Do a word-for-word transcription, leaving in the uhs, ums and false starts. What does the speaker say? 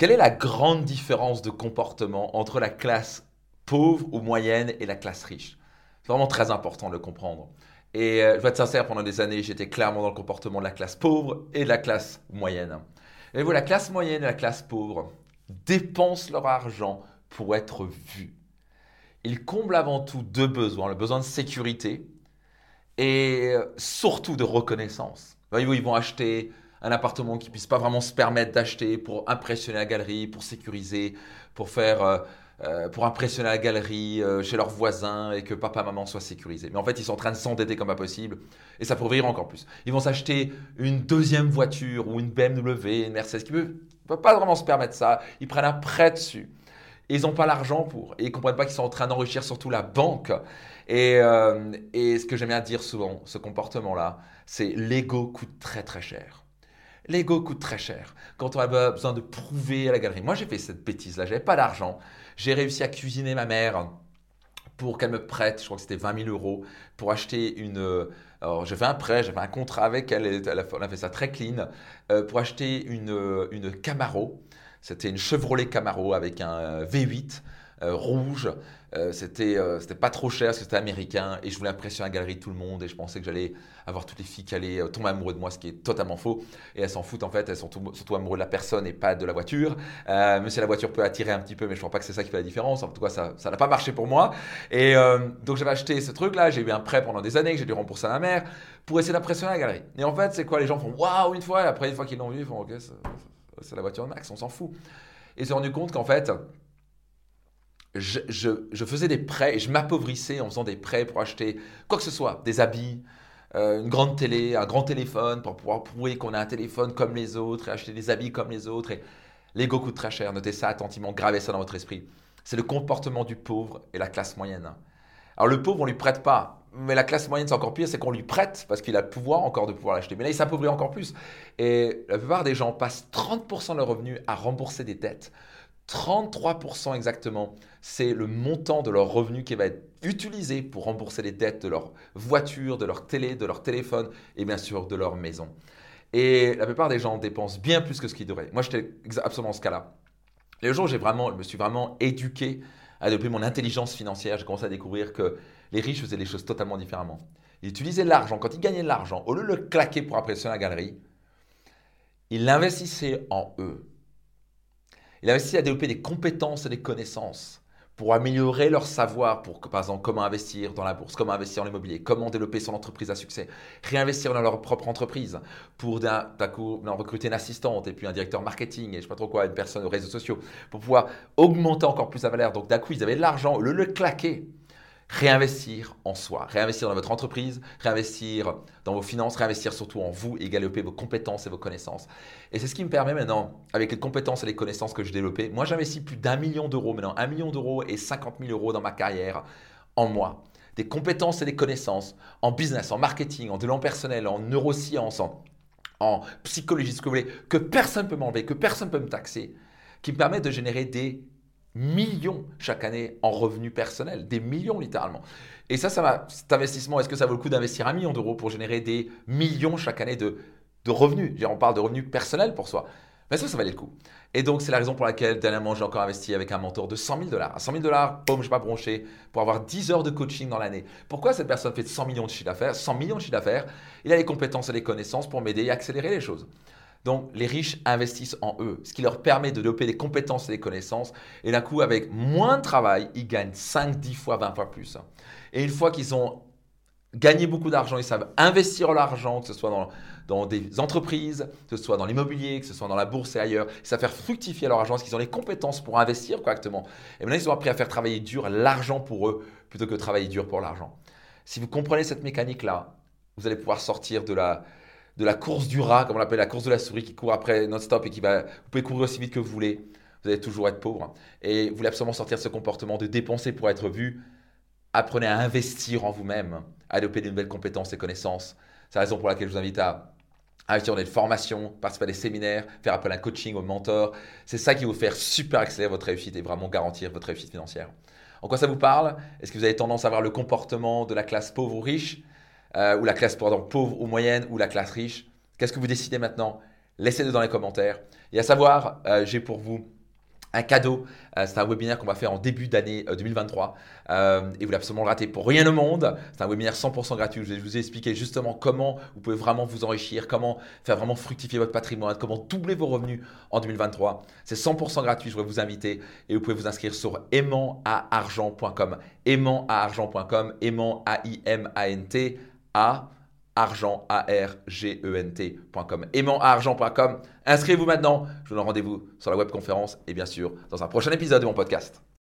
Quelle est la grande différence de comportement entre la classe pauvre ou moyenne et la classe riche? C'est vraiment très important de le comprendre. Et euh, je vais être sincère, pendant des années, j'étais clairement dans le comportement de la classe pauvre et de la classe moyenne. Et vous, la classe moyenne et la classe pauvre dépensent leur argent pour être vus. Ils comblent avant tout deux besoins, le besoin de sécurité et euh, surtout de reconnaissance. Voyez-vous, ils vont acheter un appartement qu'ils ne puissent pas vraiment se permettre d'acheter pour impressionner la galerie, pour sécuriser, pour faire, euh, euh, pour impressionner la galerie euh, chez leurs voisins et que papa, maman soient sécurisés. Mais en fait, ils sont en train de s'endetter comme pas possible et ça pourrait rire encore plus. Ils vont s'acheter une deuxième voiture ou une B M W, une Mercedes, qui ne peuvent pas vraiment se permettre ça. Ils prennent un prêt dessus. Et ils n'ont pas l'argent pour. Et ils ne comprennent pas qu'ils sont en train d'enrichir surtout la banque. Et, euh, et ce que j'aime bien dire souvent, ce comportement-là, c'est l'ego coûte très très cher. L'ego coûte très cher. Quand on a besoin de prouver à la galerie. Moi, j'ai fait cette bêtise-là. J'avais pas d'argent. J'ai réussi à cuisiner ma mère pour qu'elle me prête, je crois que c'était vingt mille euros, pour acheter une. Alors, j'ai fait un prêt, j'avais un contrat avec elle, elle a, elle a fait ça très clean, euh, pour acheter une, une Camaro. C'était une Chevrolet Camaro avec un V huit euh, rouge. Euh, c'était, euh, c'était pas trop cher parce que c'était américain et je voulais impressionner la galerie de tout le monde et je pensais que j'allais avoir toutes les filles qui allaient euh, tomber amoureuses de moi, ce qui est totalement faux. Et elles s'en foutent en fait, elles sont tout- surtout amoureuses de la personne et pas de la voiture. Euh, mais si la voiture peut attirer un petit peu, mais je crois pas que c'est ça qui fait la différence. En tout cas, ça, ça n'a pas marché pour moi. Et euh, donc j'avais acheté ce truc-là, j'ai eu un prêt pendant des années que j'ai dû rembourser à ma mère pour essayer d'impressionner la galerie. Et en fait, c'est quoi? Les gens font waouh une fois, et après une fois qu'ils l'ont vu, ils font ok, c'est, c'est la voiture de Max, on s'en fout. Et je me suis rendu compte qu'en fait, je, je- je faisais des prêts et je m'appauvrissais en faisant des prêts pour acheter quoi que ce soit, des habits, euh, une grande télé, un grand téléphone pour pouvoir prouver qu'on a un téléphone comme les autres et acheter des habits comme les autres. Et l'ego coûte très cher. Notez ça attentivement, gravez ça dans votre esprit. C'est le comportement du pauvre et la classe moyenne. Alors le pauvre, on lui prête pas. Mais la classe moyenne, c'est encore pire, c'est qu'on lui prête parce qu'il a le pouvoir encore de pouvoir l'acheter. Mais là, il s'appauvrit encore plus. Et la plupart des gens passent trente pour cent de leurs revenus à rembourser des dettes. trente-trois pour cent exactement, c'est le montant de leur revenu qui va être utilisé pour rembourser les dettes de leur voiture, de leur télé, de leur téléphone et bien sûr de leur maison. Et la plupart des gens dépensent bien plus que ce qu'ils devraient. Moi, j'étais absolument dans ce cas-là. Et le jour où j'ai vraiment, je me suis vraiment éduqué à développer mon intelligence financière, j'ai commencé à découvrir que les riches faisaient les choses totalement différemment. Ils utilisaient l'argent, quand ils gagnaient de l'argent, au lieu de le claquer pour impressionner la galerie, ils l'investissaient en eux. Il a réussi à développer des compétences et des connaissances pour améliorer leur savoir, pour, par exemple, comment investir dans la bourse, comment investir en immobilier, comment développer son entreprise à succès, réinvestir dans leur propre entreprise, pour d'un d'un coup non, recruter une assistante et puis un directeur marketing et je ne sais pas trop quoi, une personne aux réseaux sociaux, pour pouvoir augmenter encore plus la valeur. Donc d'un coup, ils avaient de l'argent, le, le claquer. Réinvestir en soi, réinvestir dans votre entreprise, réinvestir dans vos finances, réinvestir surtout en vous et développer vos compétences et vos connaissances. Et c'est ce qui me permet maintenant, avec les compétences et les connaissances que j'ai développées, moi j'investis plus d'un million d'euros maintenant, un million d'euros et cinquante mille euros dans ma carrière en moi. Des compétences et des connaissances en business, en marketing, en développement personnel, en neurosciences, en, en psychologie, ce que vous voulez, que personne ne peut m'enlever, que personne ne peut me taxer, qui me permettent de générer des millions chaque année en revenus personnels, des millions littéralement. Et ça, ça va, cet investissement, est-ce que ça vaut le coup d'investir un million d'euros pour générer des millions chaque année de, de revenus? Je veux dire, on parle de revenus personnels pour soi. Mais ça, ça valait le coup. Et donc, c'est la raison pour laquelle, dernièrement, j'ai encore investi avec un mentor de cent mille dollars. À cent mille dollars, boum, je ne pas bronché pour avoir dix heures de coaching dans l'année. Pourquoi cette personne fait cent millions de chiffre d'affaires? cent millions de chiffre d'affaires, il a les compétences et les connaissances pour m'aider et accélérer les choses. Donc, les riches investissent en eux, ce qui leur permet de développer des compétences et des connaissances. Et d'un coup, avec moins de travail, ils gagnent cinq, dix fois, vingt fois plus. Et une fois qu'ils ont gagné beaucoup d'argent, ils savent investir l'argent, que ce soit dans, dans des entreprises, que ce soit dans l'immobilier, que ce soit dans la bourse et ailleurs. Ils savent faire fructifier leur argent parce qu'ils ont les compétences pour investir correctement. Et maintenant, ils ont appris à faire travailler dur l'argent pour eux plutôt que travailler dur pour l'argent. Si vous comprenez cette mécanique-là, vous allez pouvoir sortir de la, de la course du rat, comme on l'appelle, la course de la souris qui court après non-stop et qui va, vous pouvez courir aussi vite que vous voulez, vous allez toujours être pauvre. Et vous voulez absolument sortir de ce comportement de dépenser pour être vu, apprenez à investir en vous-même, à développer de nouvelles compétences et connaissances. C'est la raison pour laquelle je vous invite à investir dans des formations, participer à des séminaires, faire appel à un coaching, au mentor. C'est ça qui va vous faire super accélérer votre réussite et vraiment garantir votre réussite financière. En quoi ça vous parle? Est-ce que vous avez tendance à avoir le comportement de la classe pauvre ou riche? Euh, ou la classe pardon, pauvre ou moyenne ou la classe riche? Qu'est-ce que vous décidez maintenant? laissez-le dans les commentaires. Et à savoir, euh, j'ai pour vous un cadeau. Euh, c'est un webinaire qu'on va faire en début d'année euh, deux mille vingt-trois euh, et vous l'avez absolument le rater pour rien au monde. C'est un webinaire cent pour cent gratuit où je vais vous expliquer justement comment vous pouvez vraiment vous enrichir, comment faire vraiment fructifier votre patrimoine, comment doubler vos revenus en deux mille vingt-trois. C'est cent pour cent gratuit, je voudrais vous inviter et vous pouvez vous inscrire sur aimant à argent point com. aimant à argent point com, aimant A I M A N T A argent A R G E N T point com. aimant à argent point com. Inscrivez-vous maintenant. Je vous donne rendez-vous sur la webconférence et bien sûr dans un prochain épisode de mon podcast.